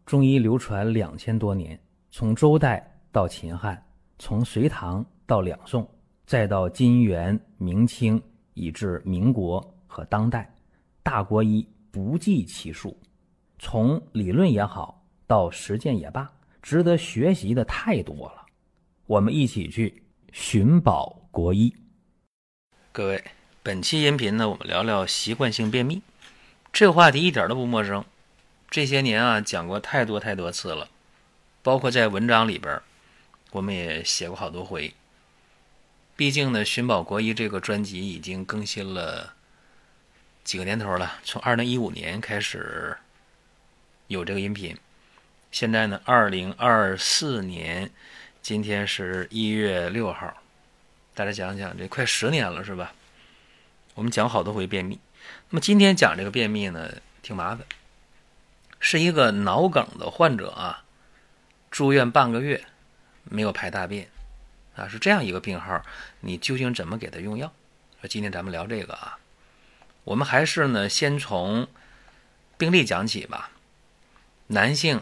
中医流传2000多年，从周代到秦汉，从隋唐到两宋，再到金元明清，以至民国和当代，大国医不计其数。从理论也好，到实践也罢，值得学习的太多了。我们一起去寻宝国医。各位，本期音频呢，我们聊聊习惯性便秘。这个话题一点都不陌生，这些年啊讲过太多次了，包括在文章里边我们也写过好多回。毕竟呢，寻宝国医这个专辑已经更新了几个年头了，从2015年开始有这个音频，现在呢2024年今天是1月6号，大家想想，这快10年了是吧？我们讲好多回便秘。那么今天讲这个便秘呢挺麻烦，是一个脑梗的患者啊，住院半个月没有排大便啊，是这样一个病号，你究竟怎么给他用药？今天咱们聊这个啊。我们还是呢先从病例讲起吧。男性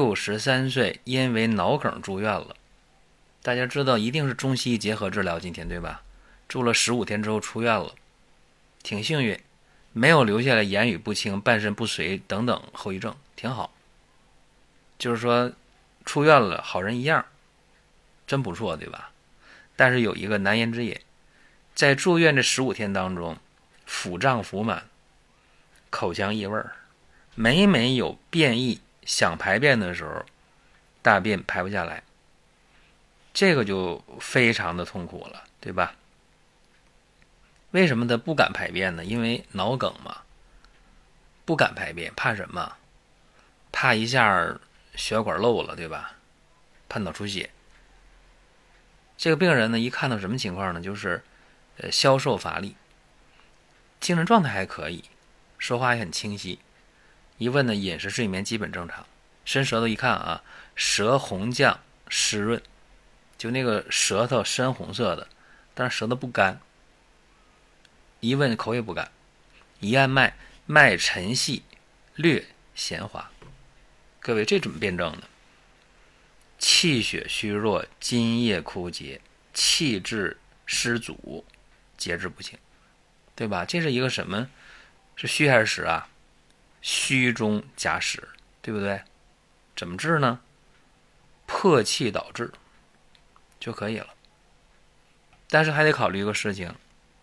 63岁，因为脑梗住院了。大家知道一定是中西医结合治疗，今天对吧？住了15天之后出院了，挺幸运，没有留下来言语不清、半身不遂等等后遗症，挺好。就是说出院了，好人一样，真不错，对吧？但是有一个难言之隐，在住院这15天当中，腹胀腹满，口腔异味，每有便意想排便的时候，大便排不下来，这个就非常的痛苦了，对吧？为什么他不敢排便呢？因为脑梗嘛，不敢排便，怕什么？怕一下血管漏了，对吧？怕脑出血。这个病人呢，一看到什么情况呢？就是消瘦乏力，精神状态还可以，说话也很清晰。一问呢，饮食睡眠基本正常。伸舌头一看啊，舌红绛湿润，就那个舌头深红色的，但是舌头不干。一问口也不干，一按脉，脉沉细，略弦滑。各位，这怎么辩证呢？气血虚弱，津液枯竭，气滞湿阻，节制不清，对吧？这是一个什么？是虚还是实啊？虚中加实，对不对？怎么治呢？破气导滞就可以了。但是还得考虑一个事情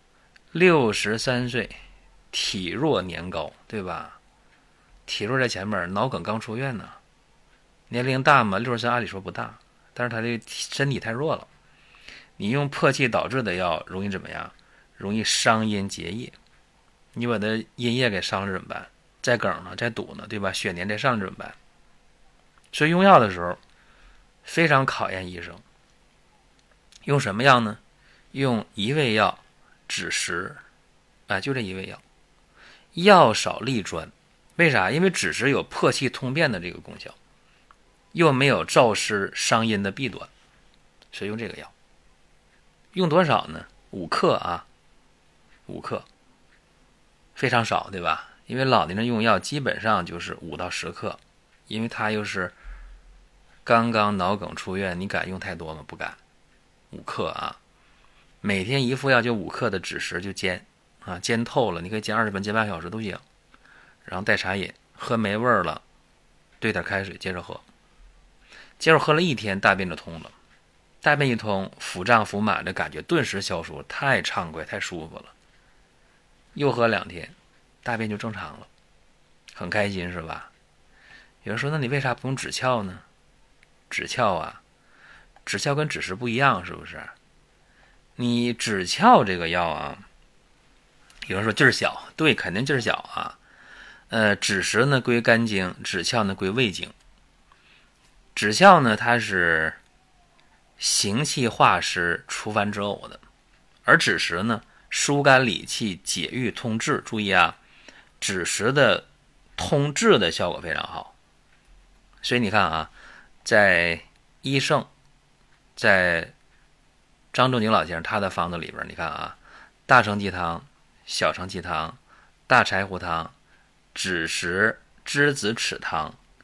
，63岁，体弱年高，对吧？体弱在前面，脑梗刚出院呢，年龄大嘛，63按理说不大，但是他这身体太弱了，你用破气导滞的药容易怎么样？容易伤阴结液，你把它阴液给伤了怎么办？再梗呢，再堵呢，对吧？血粘再上怎么办？所以用药的时候非常考验医生。用什么药呢？用一味药止食，就这一味药，药少力专。为啥？因为止食有破气通便的这个功效，又没有燥湿伤阴的弊端，所以用这个药。用多少呢？5克啊，5克，非常少，对吧？因为老年人用药基本上就是5到10克，因为他又是刚刚脑梗出院，你敢用太多吗？不敢。5克啊，每天一副药就5克的止食，就煎啊，煎透了，你可以煎20分，煎半小时都行。然后带茶饮，喝没味儿了，兑点开水接着喝。接着喝了1天，大便就通了。大便一通，腹胀腹满的感觉顿时消除，太畅快，太舒服了。又喝2天，大便就正常了，很开心是吧？有人说，那你为啥不用止窍呢？止窍啊，止窍跟止食不一样，是不是？你止窍这个药啊，有人说劲儿小，对，肯定劲儿小啊。止食呢归肝经，止窍呢归胃经。止窍呢，它是行气化湿、除烦止呕的，而止食呢，疏肝理气、解郁通滞。注意啊，止食的通滞的效果非常好。所以你看啊，在医圣，在张仲景老先生他的方子里边，你看啊，大承鸡汤、小承鸡汤、大柴胡汤、止食栀子豉汤、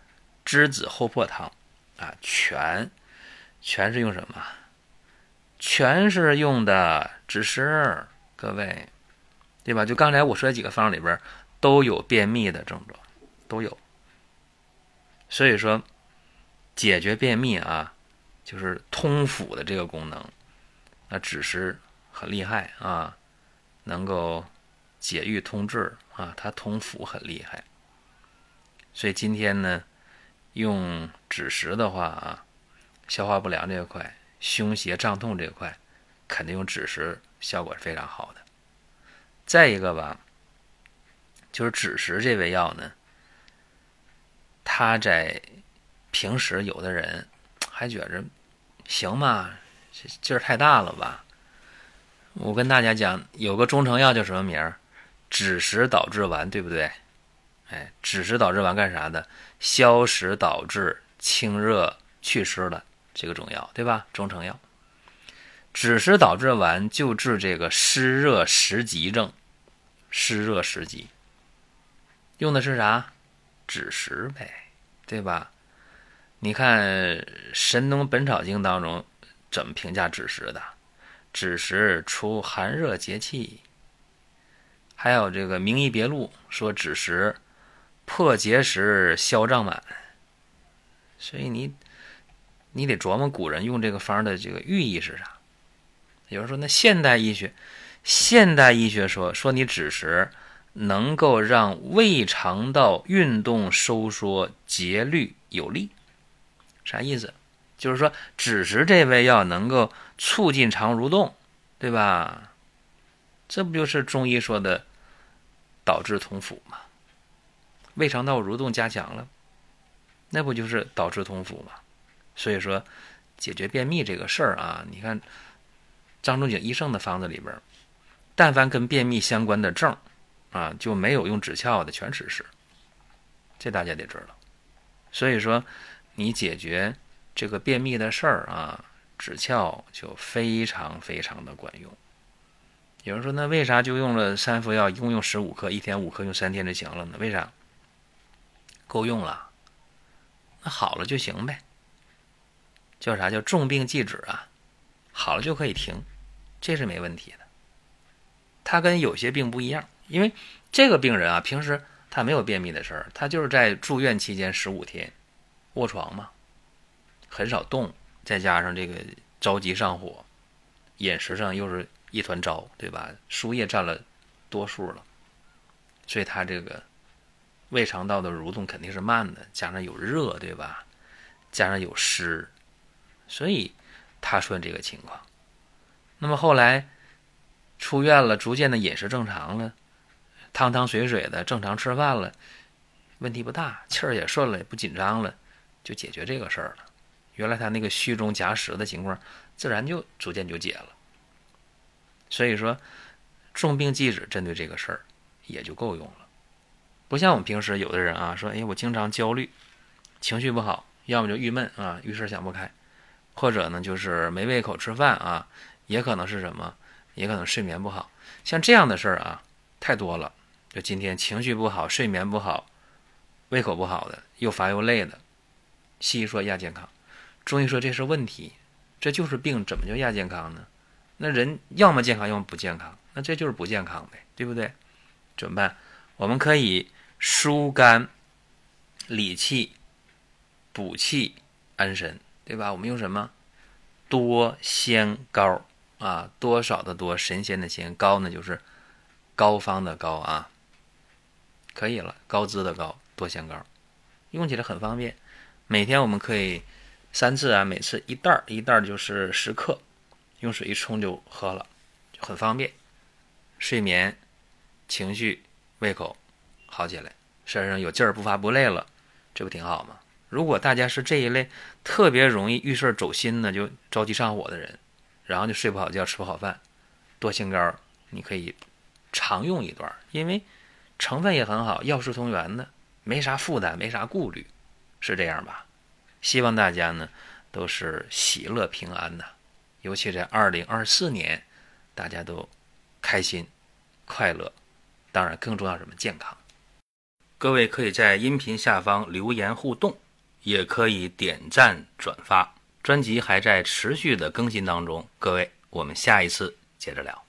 栀子厚朴汤啊，全是用什么？全是用的枳实，各位，对吧？就刚才我说的几个方里边都有便秘的症状，都有。所以说解决便秘啊，就是通腑的这个功能，那枳实很厉害啊，能够解郁通滞啊，它通腑很厉害。所以今天呢，用枳实的话啊，消化不良这块、胸胁胀痛这块，肯定用枳实效果是非常好的。再一个吧，就是枳实这味药呢，它在平时有的人还觉着行吗？劲儿太大了吧？我跟大家讲，有个中成药叫什么名儿？枳实导滞丸，对不对？哎，枳实导滞丸干啥的？消食导滞、清热祛湿的这个中药，对吧？中成药。枳实导滞丸就治这个湿热实急症，湿热实急，用的是啥？枳实呗，对吧？你看《神农本草经》当中怎么评价枳实的？枳实除寒热结气。还有这个《名医别录》说枳实破结石、消胀满。所以你得琢磨古人用这个方的这个寓意是啥。有人说那现代医学说你枳实能够让胃肠道运动收缩节律有力，啥意思？就是说枳实这味药能够促进肠蠕动，对吧？这不就是中医说的导致通腑吗？胃肠道蠕动加强了，那不就是导致通腑吗？所以说解决便秘这个事儿啊，你看张仲景医圣的方子里边，但凡跟便秘相关的症啊，就没有用枳壳的，全枳实，这大家得知道。所以说你解决这个便秘的事儿啊，枳壳就非常非常的管用。有人说那为啥就用了3副药，一共用15克，一天5克，用3天就行了呢？为啥？够用了，那好了就行呗。叫啥？叫重病忌止啊，好了就可以停，这是没问题的。他跟有些病不一样，因为这个病人啊，平时他没有便秘的事儿，他就是在住院期间15天卧床嘛，很少动，再加上这个着急上火，饮食上又是一团糟，对吧？输液占了多数了，所以他这个胃肠道的蠕动肯定是慢的，加上有热，对吧？加上有湿，所以他出现这个情况。那么后来出院了，逐渐的饮食正常了，汤汤水水的正常吃饭了，问题不大，气儿也顺了，也不紧张了，就解决这个事儿了。原来他那个虚中夹实的情况自然就逐渐就解了。所以说重病忌止针对这个事儿也就够用了。不像我们平时有的人啊说，哎，我经常焦虑，情绪不好，要么就郁闷啊，遇事想不开，或者呢就是没胃口吃饭啊，也可能是什么，也可能睡眠不好。像这样的事儿啊太多了，就今天情绪不好，睡眠不好，胃口不好的，又乏又累的，西医说亚健康，中医说这是问题，这就是病，怎么叫亚健康呢？那人要么健康，要么不健康，那这就是不健康呗，对不对？怎么办？我们可以疏肝理气补气安神，对吧？我们用什么？多仙膏啊，多少的多，神仙的仙，膏呢就是膏方的膏啊，可以了，高滋的高，多仙膏，用起来很方便。每天我们可以3次啊，每次一袋，一袋就是10克，用水一冲就喝了，就很方便。睡眠、情绪、胃口好起来，身上有劲儿，不乏不累了，这不挺好吗？如果大家是这一类特别容易遇事走心呢，就着急上火的人，然后就睡不好觉，吃不好饭，多仙膏你可以常用一段，因为成分也很好，药食同源的，没啥负担，没啥顾虑，是这样吧？希望大家呢都是喜乐平安的，尤其在2024年，大家都开心快乐，当然更重要什么？健康。各位可以在音频下方留言互动， 也可以点赞转发。专辑还在持续的更新当中，各位，我们下一次接着聊。